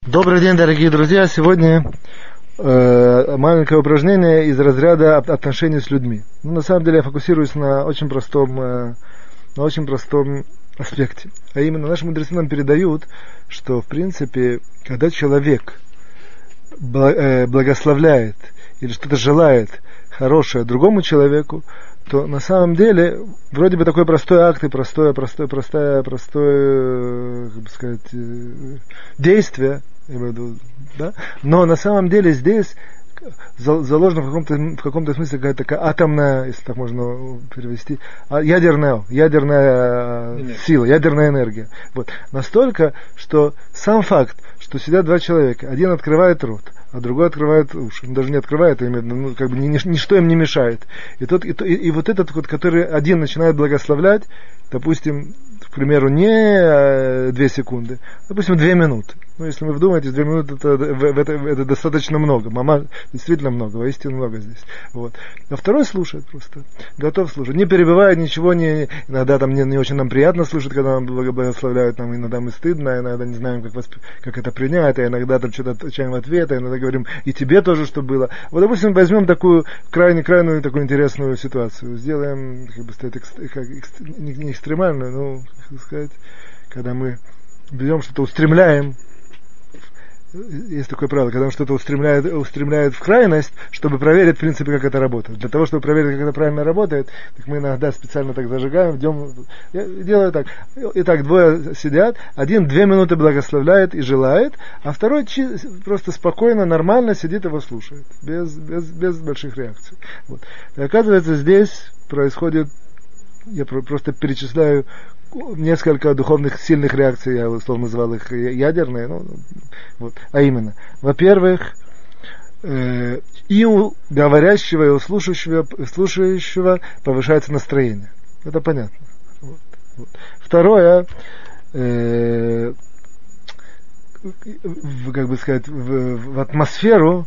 Добрый день, дорогие друзья. Сегодня маленькое упражнение из разряда отношений с людьми. На самом деле я фокусируюсь на очень простом аспекте. А именно наши мудрецы нам передают, что в принципе, когда человек благословляет или что-то желает хорошее другому человеку, то на самом деле вроде бы такой простой акт и простое, как бы сказать, действие, я имею в виду, да? Но на самом деле здесь заложена в каком-то смысле какая-то такая атомная, если так можно перевести, ядерная сила, ядерная энергия. Вот. Настолько, что сам факт, что сидят два человека, один открывает рот, а другой открывает уши. Он даже не открывает, как бы ничто им не мешает. И вот этот вот, который один начинает благословлять, допустим, к примеру, не 2 секунды, допустим, 2 минуты. Ну, если вы вдумаетесь, 2 минуты это достаточно много. Мама действительно много, воистину много здесь. Вот. А второй слушает просто, готов слушать. Не перебивает ничего, иногда там не очень нам приятно слушать, когда нам благословляют, нам иногда мы стыдно, иногда не знаем, как это принять, а иногда там что-то отвечаем в ответ, а иногда говорим, и тебе тоже, что было. Вот, допустим, возьмем такую крайнюю такую интересную ситуацию. Сделаем, как бы сказать, не экстремальную, но, как сказать, когда мы берем что-то, устремляем. Есть такое правило, когда он что-то устремляет в крайность, чтобы проверить, в принципе, как это работает. Для того, чтобы проверить, как это правильно работает, так мы иногда специально так зажигаем, я делаю так. Итак, двое сидят, один 2 минуты благословляет и желает, а второй просто спокойно, нормально сидит и его слушает, без больших реакций. Вот. И оказывается, здесь происходит, я просто перечисляю несколько духовных сильных реакций, я условно называл их ядерные, вот, а именно, во-первых, и у говорящего, и у слушающего повышается настроение. Это понятно. Вот. Второе, как бы сказать, в атмосферу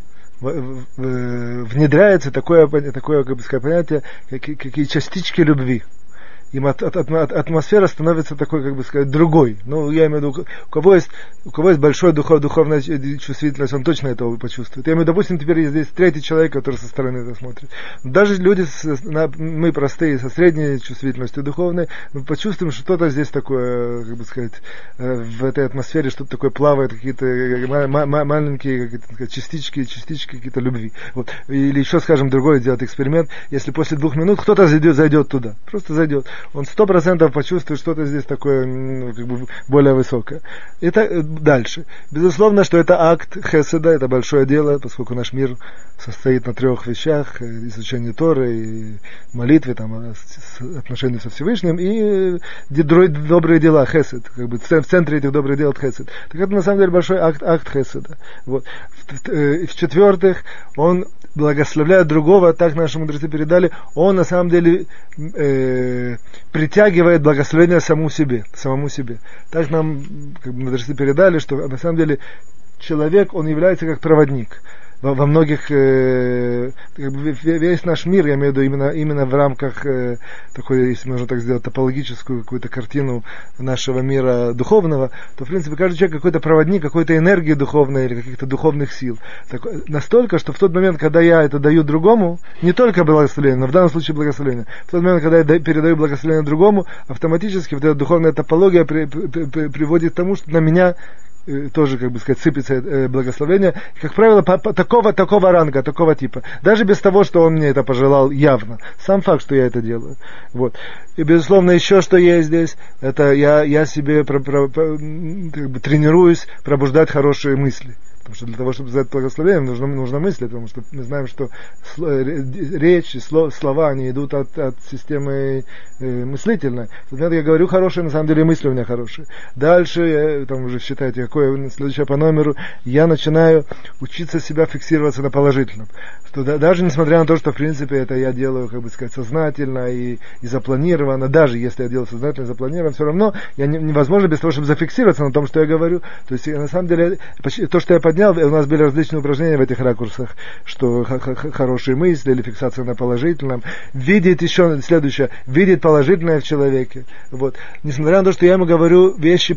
внедряется такое, как бы сказать, понятие, какие частички любви. Им атмосфера становится такой, как бы сказать, другой. Ну, я имею в виду, у кого есть большая духовная чувствительность, он точно этого почувствует. Я имею в виду, допустим, теперь здесь третий человек, который со стороны это смотрит. Даже люди, мы простые, со средней чувствительностью духовной, мы почувствуем, что что-то здесь такое, как бы сказать, в этой атмосфере что-то такое плавает, какие-то маленькие частички какие-то любви. Вот. Или еще, скажем, другой сделать эксперимент, если после 2 минут кто-то зайдет туда, просто зайдет. Он 100% почувствует что-то здесь такое, как бы, более высокое. Это дальше. Безусловно, что это акт хеседа, это большое дело, поскольку наш мир состоит на 3 вещах: изучение Торы, и молитве, там, отношения со Всевышним, и добрые дела, хесед. Как бы в центре этих добрых дел хесед. Так это на самом деле большой акт хеседа. Вот. В-четвертых, он благословляет другого, так наши мудрецы передали, он на самом деле притягивает благословение самому себе. Так нам, как бы, мудрецы передали, что на самом деле человек, он является как проводник. Во многих, как бы, весь наш мир, я имею в виду именно в рамках такой, если можно так сделать, топологическую какую-то картину нашего мира духовного, то в принципе каждый человек какой-то проводник, какой-то энергии духовной или каких-то духовных сил. Так, настолько, что в тот момент, когда я это даю другому, не только благословение, но в данном случае благословение, в тот момент, когда я передаю благословение другому, автоматически вот эта духовная топология приводит к тому, что на меня тоже, как бы сказать, сыпется благословение, как правило, такого ранга, такого типа. Даже без того, что он мне это пожелал явно. Сам факт, что я это делаю. Вот. И, безусловно, еще что есть здесь, это я себе как бы тренируюсь пробуждать хорошие мысли. Потому что для того, чтобы задать благословение, нужно мысли, потому что мы знаем, что речь, слова, они идут от системы мыслительной. Например, я говорю хорошие, на самом деле мысли у меня хорошие. Дальше, там уже считайте, какое следующее по номеру, я начинаю учиться себя фиксироваться на положительном. что даже несмотря на то, что в принципе это я делаю, как бы сказать, сознательно и запланированно, даже если я делаю сознательно и запланированно, все равно невозможно без того, чтобы зафиксироваться на том, что я говорю. То есть на самом деле то, что я поднял, у нас были различные упражнения в этих ракурсах, что хорошие мысли или фиксация на положительном, видеть еще следующее, видеть положительное в человеке. Вот. Несмотря на то, что я ему говорю вещи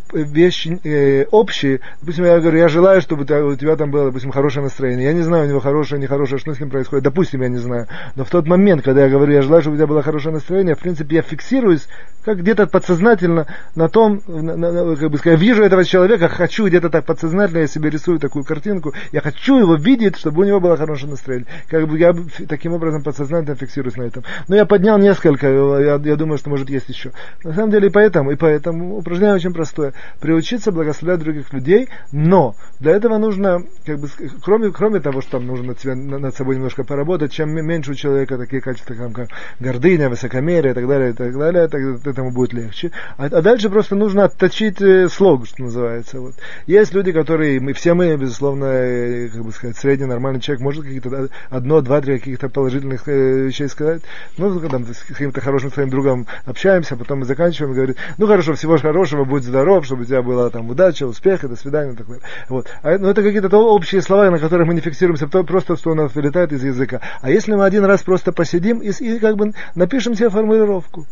общие, допустим, я говорю, я желаю, чтобы у тебя там было, допустим, хорошее настроение. Я не знаю, у него хорошее, нехорошее, что с ним происходит. Допустим, я не знаю. Но в тот момент, когда я говорю, я желаю, чтобы у тебя было хорошее настроение, в принципе, я фиксируюсь, как где-то подсознательно на том, как бы сказать, вижу этого человека, хочу где-то так подсознательно, я себе рисую такую картинку, я хочу его видеть, чтобы у него было хорошее настроение. Как бы я таким образом подсознательно фиксируюсь на этом. Но я поднял несколько, я думаю, что может есть еще. На самом деле и поэтому упражнение очень простое. Приучиться благословлять других людей, но для этого нужно, как бы, кроме того, что там нужно над собой немножко поработать, чем меньше у человека такие качества, как гордыня, высокомерие и так далее, этому будет легче. А дальше просто нужно отточить слог, что называется. Вот. Есть люди, которые, мы, безусловно, как бы сказать, средний нормальный человек может какие-то одно, два, три каких-то положительных вещей сказать. Ну, там, с каким-то хорошим своим другом общаемся, потом мы заканчиваем и говорим, ну хорошо, всего хорошего, будь здоров, чтобы у тебя была там удача, успеха, до свидания, и так далее. Вот. Но это какие-то общие слова, на которых мы не фиксируемся, просто что у нас вылетает из языка. А если мы один раз просто посидим и как бы напишем себе формулировку,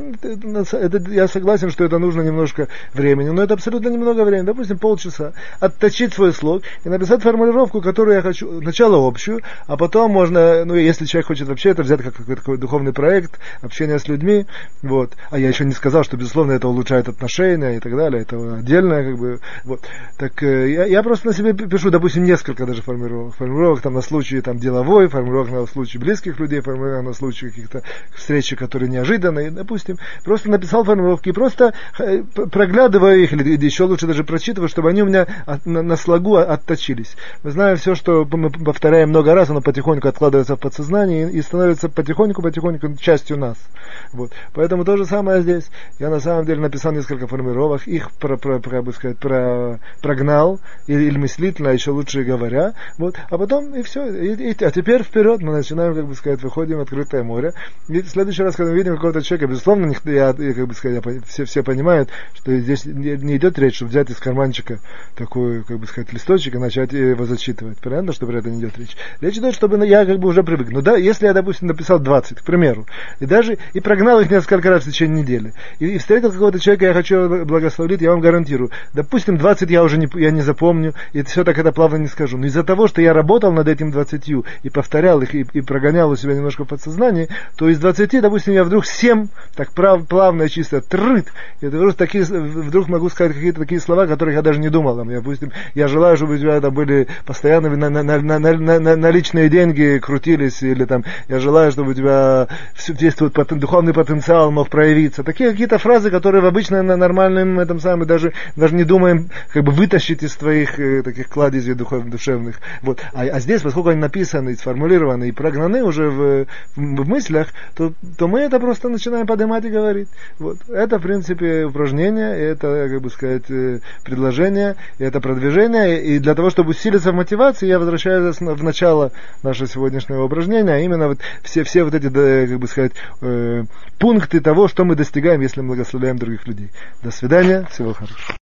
я согласен, что это нужно немножко времени, но это абсолютно немного времени, допустим, полчаса, отточить свой слог и написать формулировку, которую я хочу, сначала общую, а потом можно, если человек хочет вообще это взять как какой-то такой духовный проект, общение с людьми, вот, а я еще не сказал, что, безусловно, это улучшает отношения и так далее, это отдельное, как бы, вот, так я просто на себе пишу, допустим, несколько даже формулировок там на случай там деловой, формулировок на случай близких людей, формулировок на случай каких-то встреч, которые неожиданные, допустим, просто написал формулировки и просто проглядываю их, или еще лучше даже прочитываю, чтобы они у меня на слогу отточились. Мы знаем, все, что мы повторяем много раз, оно потихоньку откладывается в подсознании и становится потихоньку частью нас. Вот. Поэтому то же самое здесь. Я на самом деле написал несколько формулировок, их прогнал, или мыслительно, еще лучше говоря, вот. А потом и все. А теперь вперед мы начинаем, как бы сказать, выходим в открытое море. И в следующий раз, когда мы видим какого-то человека, безусловно, все понимают, что здесь не идет речь, чтобы взять из карманчика такой, как бы сказать, листочек и начать его зачитывать. Понятно, что про это не идет речь. Речь идет, чтобы я как бы уже привык. Ну да, если я, допустим, написал 20, к примеру, и прогнал их несколько раз в течение недели, и встретил какого-то человека, я хочу благословить, я вам гарантирую, допустим, 20 я уже не запомню, и все так это плавно не скажу. Но из-за того, что я работал над этим 20 и повторял их, и прогонял у себя немножко в подсознании, то из 20, допустим, я вдруг 7 так плавно и чисто трыт. Вдруг могу сказать какие-то такие слова, которых я даже не думал. Допустим, я желаю, чтобы у тебя там были постоянно наличные деньги крутились, или там я желаю, чтобы у тебя весь твой духовный потенциал мог проявиться. Такие какие-то фразы, которые в обычно на нормальном этом самом даже не думаем как бы вытащить из твоих таких кладезей душевных. Вот. А здесь, поскольку они написаны, сформулированы и прогнаны уже в мыслях, то мы это просто начинаем поднимать и говорить. Вот. Это, в принципе, упражнение, это, как бы сказать, предложение, это продвижение. И для того, чтобы усилиться в мотивации, я возвращаюсь в начало нашего сегодняшнего упражнения, а именно вот все вот эти, как бы сказать, пункты того, что мы достигаем, если мы благословляем других людей. До свидания, всего хорошего.